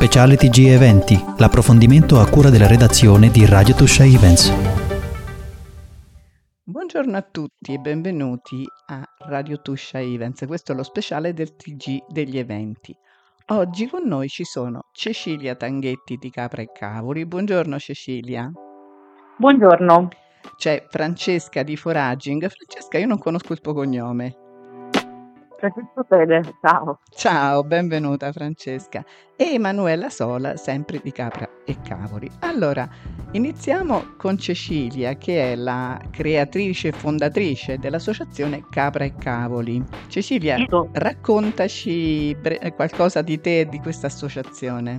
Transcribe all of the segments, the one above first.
Speciale TG Eventi, l'approfondimento a cura della redazione di Radio Tuscia Events. Buongiorno a tutti e benvenuti a Radio Tuscia Events, questo è lo speciale del TG degli eventi. Oggi con noi ci sono Cecilia Tanghetti di Capra e Cavoli. Buongiorno Cecilia. Buongiorno. C'è Francesca di Foraging. Francesca, io non conosco il tuo cognome. Francesco Fede, ciao. Ciao, benvenuta Francesca. E Emanuela Sola, sempre di Capra e Cavoli. Allora, iniziamo con Cecilia, che è la creatrice e fondatrice dell'associazione Capra e Cavoli. Cecilia, raccontaci qualcosa di te e di questa associazione.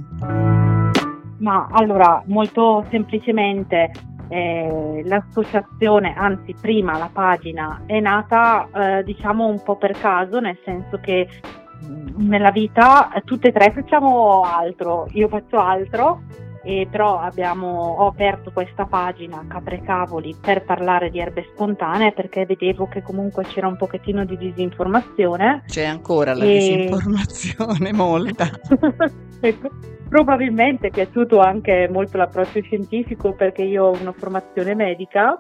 Ma allora, molto semplicemente, l'associazione, anzi prima la pagina, è nata diciamo un po' per caso, nel senso che nella vita tutte e tre facciamo altro, io faccio altro, però ho aperto questa pagina Capra e Cavoli per parlare di erbe spontanee, perché vedevo che comunque c'era un pochettino di disinformazione. C'è ancora la disinformazione, molta. Probabilmente è piaciuto anche molto l'approccio scientifico, perché io ho una formazione medica,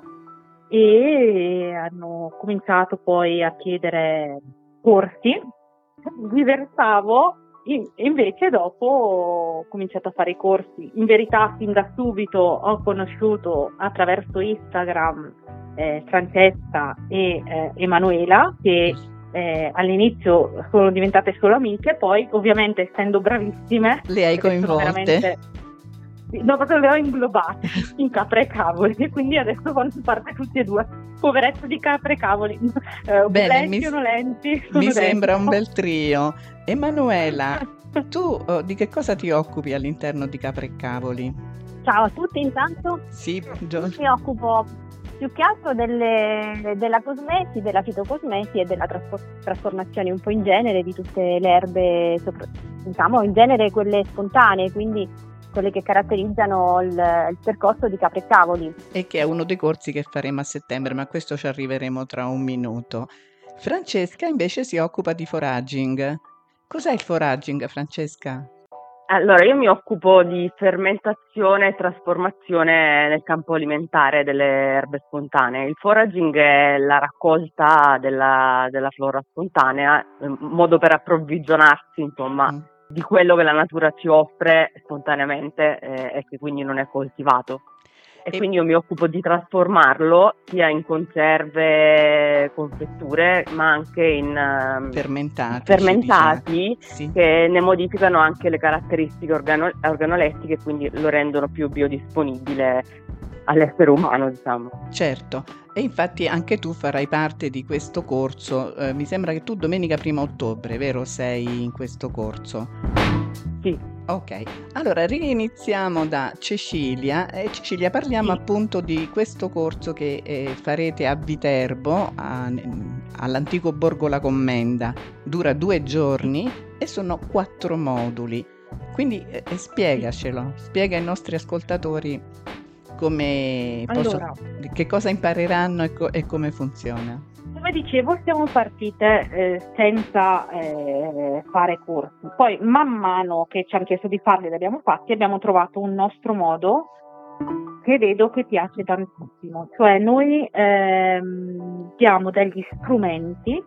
e hanno cominciato poi a chiedere corsi, mi versavo, invece dopo ho cominciato a fare i corsi. In verità fin da subito ho conosciuto attraverso Instagram Francesca e Emanuela, che all'inizio sono diventate solo amiche, poi ovviamente essendo bravissime le hai coinvolte? No, proprio le ho inglobate in Capra e Cavoli, e quindi adesso fanno parte tutti e due. Poveretto di Capra e Cavoli. Bene, mi sembra un bel trio. Emanuela, tu di che cosa ti occupi all'interno di Capra e Cavoli? Ciao a tutti intanto. Sì, mi occupo più che altro della cosmesi, della fitocosmesi e della trasformazione un po' in genere di tutte le erbe, diciamo in genere quelle spontanee, quindi quelle che caratterizzano il percorso di Capra e Cavoli. E che è uno dei corsi che faremo a settembre, ma a questo ci arriveremo tra un minuto. Francesca invece si occupa di foraging. Cos'è il foraging, Francesca? Allora, io mi occupo di fermentazione e trasformazione nel campo alimentare delle erbe spontanee. Il foraging è la raccolta della flora spontanea, un modo per approvvigionarsi, insomma, di quello che la natura ci offre spontaneamente e che quindi non è coltivato. E quindi io mi occupo di trasformarlo sia in conserve, confetture, ma anche in fermentati sì, che ne modificano anche le caratteristiche organolettiche, quindi lo rendono più biodisponibile all'essere umano, diciamo. Certo, e infatti anche tu farai parte di questo corso. Mi sembra che tu domenica 1 ottobre, vero, sei in questo corso? Sì. Ok, allora riiniziamo da Cecilia. Cecilia, parliamo appunto di questo corso che farete a Viterbo, all'antico Borgo La Commenda. Dura 2 giorni e sono 4 moduli. Quindi spiegacelo, spiega ai nostri ascoltatori che cosa impareranno e come funziona. Come dicevo, siamo partite senza fare corsi, poi man mano che ci hanno chiesto di farli, li abbiamo fatti, abbiamo trovato un nostro modo che vedo che piace tantissimo. Cioè noi diamo degli strumenti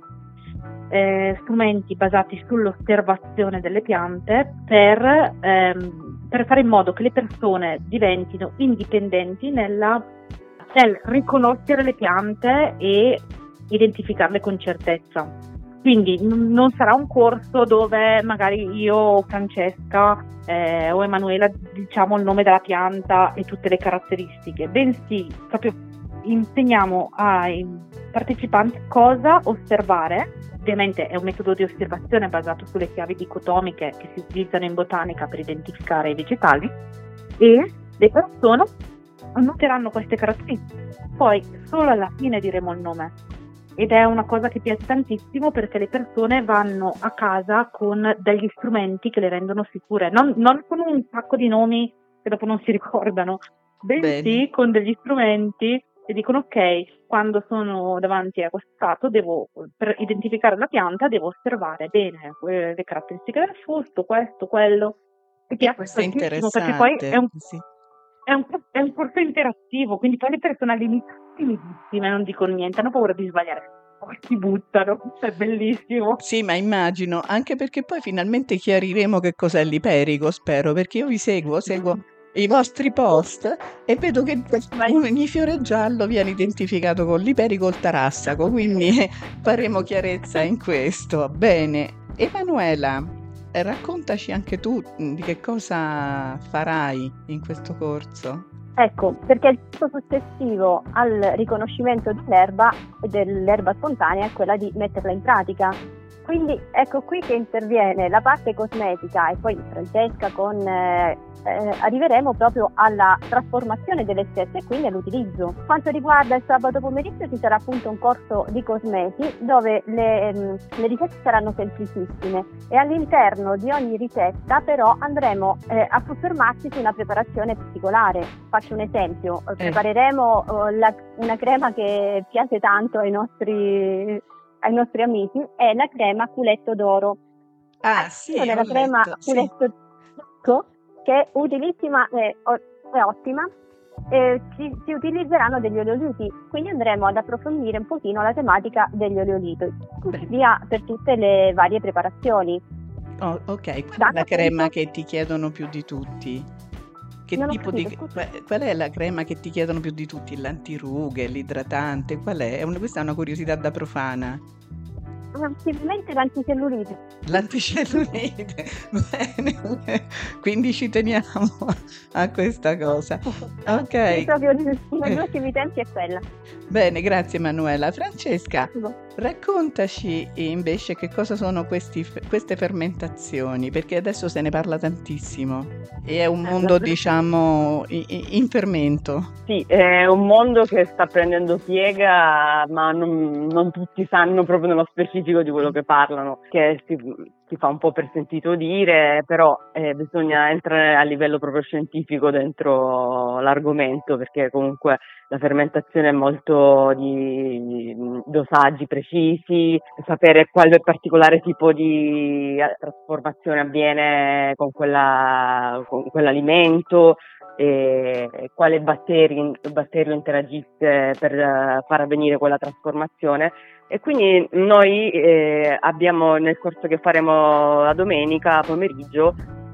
basati sull'osservazione delle piante per fare in modo che le persone diventino indipendenti nel riconoscere le piante e identificarle con certezza. Quindi non sarà un corso dove magari io, Francesca o Emanuela diciamo il nome della pianta e tutte le caratteristiche, bensì proprio insegniamo ai partecipanti cosa osservare. Ovviamente è un metodo di osservazione basato sulle chiavi dicotomiche che si utilizzano in botanica per identificare i vegetali, e le persone annoteranno queste caratteristiche. Poi solo alla fine diremo il nome. Ed è una cosa che piace tantissimo, perché le persone vanno a casa con degli strumenti che le rendono sicure, non con un sacco di nomi che dopo non si ricordano, bensì con degli strumenti e dicono ok, quando sono davanti a questo stato per identificare la pianta devo osservare bene le caratteristiche del fusto, questo, quello, Mi piace Questo è tantissimo perché poi è interessante, un, sì. è un corso interattivo, quindi poi le persone all'inizio timidissime non dicono niente, hanno paura di sbagliare, poi si buttano, è bellissimo. Sì, ma immagino, anche perché poi finalmente chiariremo che cos'è l'iperico, spero, perché io vi seguo i vostri post e vedo che ogni fiore giallo viene identificato con l'iperico o il tarassaco, quindi faremo chiarezza in questo. Bene, Emanuela, raccontaci anche tu di che cosa farai in questo corso. Ecco, perché il passo successivo al riconoscimento dell'erba spontanea è quella di metterla in pratica. Quindi ecco qui che interviene la parte cosmetica e poi Francesca arriveremo proprio alla trasformazione delle stesse e quindi all'utilizzo. Quanto riguarda il sabato pomeriggio ci sarà appunto un corso di cosmesi dove le ricette saranno semplicissime e all'interno di ogni ricetta però andremo a soffermarci su una preparazione particolare. Faccio un esempio, prepareremo una crema che piace tanto ai nostri amici, è la crema culetto d'oro. Sì, Nella crema culetto d'oro, che è utilissima e ottima, si utilizzeranno degli oleoliti, quindi andremo ad approfondire un pochino la tematica degli oleoliti, via per tutte le varie preparazioni. Oh, ok, qual è la crema che ti chiedono più di tutti? Qual è la crema che ti chiedono più di tutti? L'antirughe, l'idratante? Qual è? Questa è una curiosità da profana. Sicuramente l'anticellulite. L'anticellulite, bene, quindi ci teniamo a questa cosa. Ok. Sì, proprio negli ultimi tempi è quella. Bene, grazie Emanuela. Francesca, raccontaci invece che cosa sono queste fermentazioni, perché adesso se ne parla tantissimo e è un mondo, diciamo, in fermento. Sì, è un mondo che sta prendendo piega, ma non tutti sanno proprio nello specifico di quello che parlano, che si fa un po' per sentito dire, però bisogna entrare a livello proprio scientifico dentro l'argomento, perché comunque la fermentazione è molto di dosaggi precisi, sapere quale particolare tipo di trasformazione avviene con quell'alimento, e quale batterio interagisce per far avvenire quella trasformazione. E quindi noi abbiamo, nel corso che faremo la domenica pomeriggio,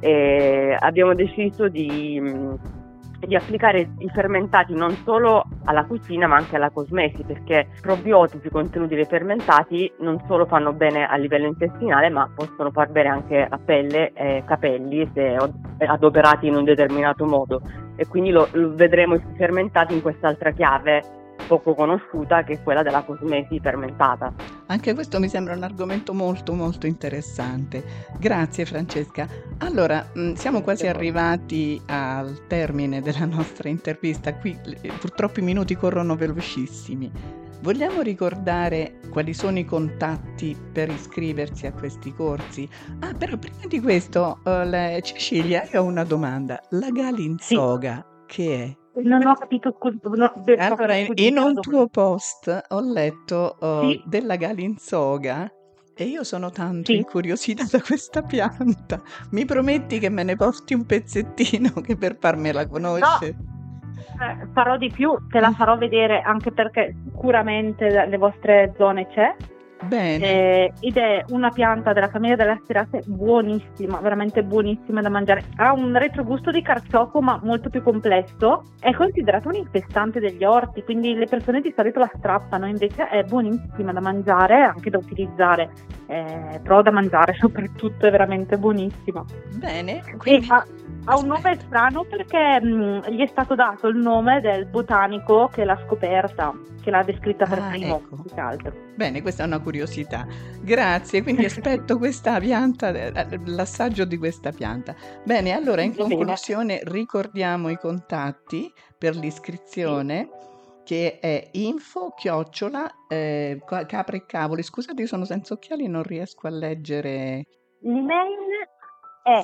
abbiamo deciso di applicare i fermentati non solo alla cucina ma anche alla cosmesi, perché probiotici contenuti nei fermentati non solo fanno bene a livello intestinale ma possono far bene anche a pelle e capelli se adoperati in un determinato modo, e quindi lo vedremo i fermentati in quest'altra chiave poco conosciuta, che è quella della cosmesi fermentata. Anche questo mi sembra un argomento molto molto interessante. Grazie Francesca. Allora, siamo quasi arrivati al termine della nostra intervista. Qui purtroppo i minuti corrono velocissimi. Vogliamo ricordare quali sono i contatti per iscriversi a questi corsi? Però prima di questo, Cecilia, io ho una domanda. La galinzoga, che è? Non ho capito. Allora, in un tuo post ho letto della galinzoga e io sono tanto incuriosita da questa pianta. Mi prometti che me ne porti un pezzettino che per farmela conoscere? No, farò di più, te la farò vedere, anche perché sicuramente dalle vostre zone c'è. Bene. Ed è una pianta della famiglia delle asperaceae buonissima, veramente buonissima da mangiare. Ha un retrogusto di carciofo ma molto più complesso. È considerato un infestante degli orti, quindi le persone di solito la strappano, invece è buonissima da mangiare, anche da utilizzare, però da mangiare soprattutto, è veramente buonissima. Bene. Quindi ha un nome strano perché gli è stato dato il nome del botanico che l'ha scoperta, che l'ha descritta per primo, ecco. più che altro. Bene, questa è una curiosità. Grazie, quindi aspetto questa pianta, l'assaggio di questa pianta. Bene, allora in conclusione ricordiamo i contatti per l'iscrizione, che è info@capra e cavoli. Scusate, io sono senza occhiali e non riesco a leggere. L'email è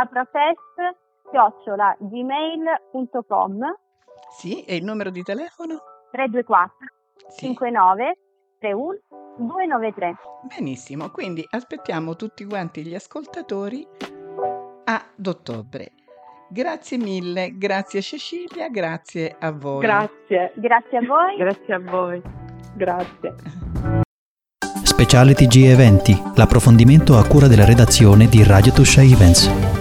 caprafest@gmail.com. Sì, e il numero di telefono? 324 59 31 293. Benissimo, quindi aspettiamo tutti quanti gli ascoltatori ad ottobre. Grazie mille, grazie Cecilia, grazie a voi. Grazie. Grazie a voi. Grazie a voi. Grazie. Speciale TG Eventi, l'approfondimento a cura della redazione di Radio Tuscia Events.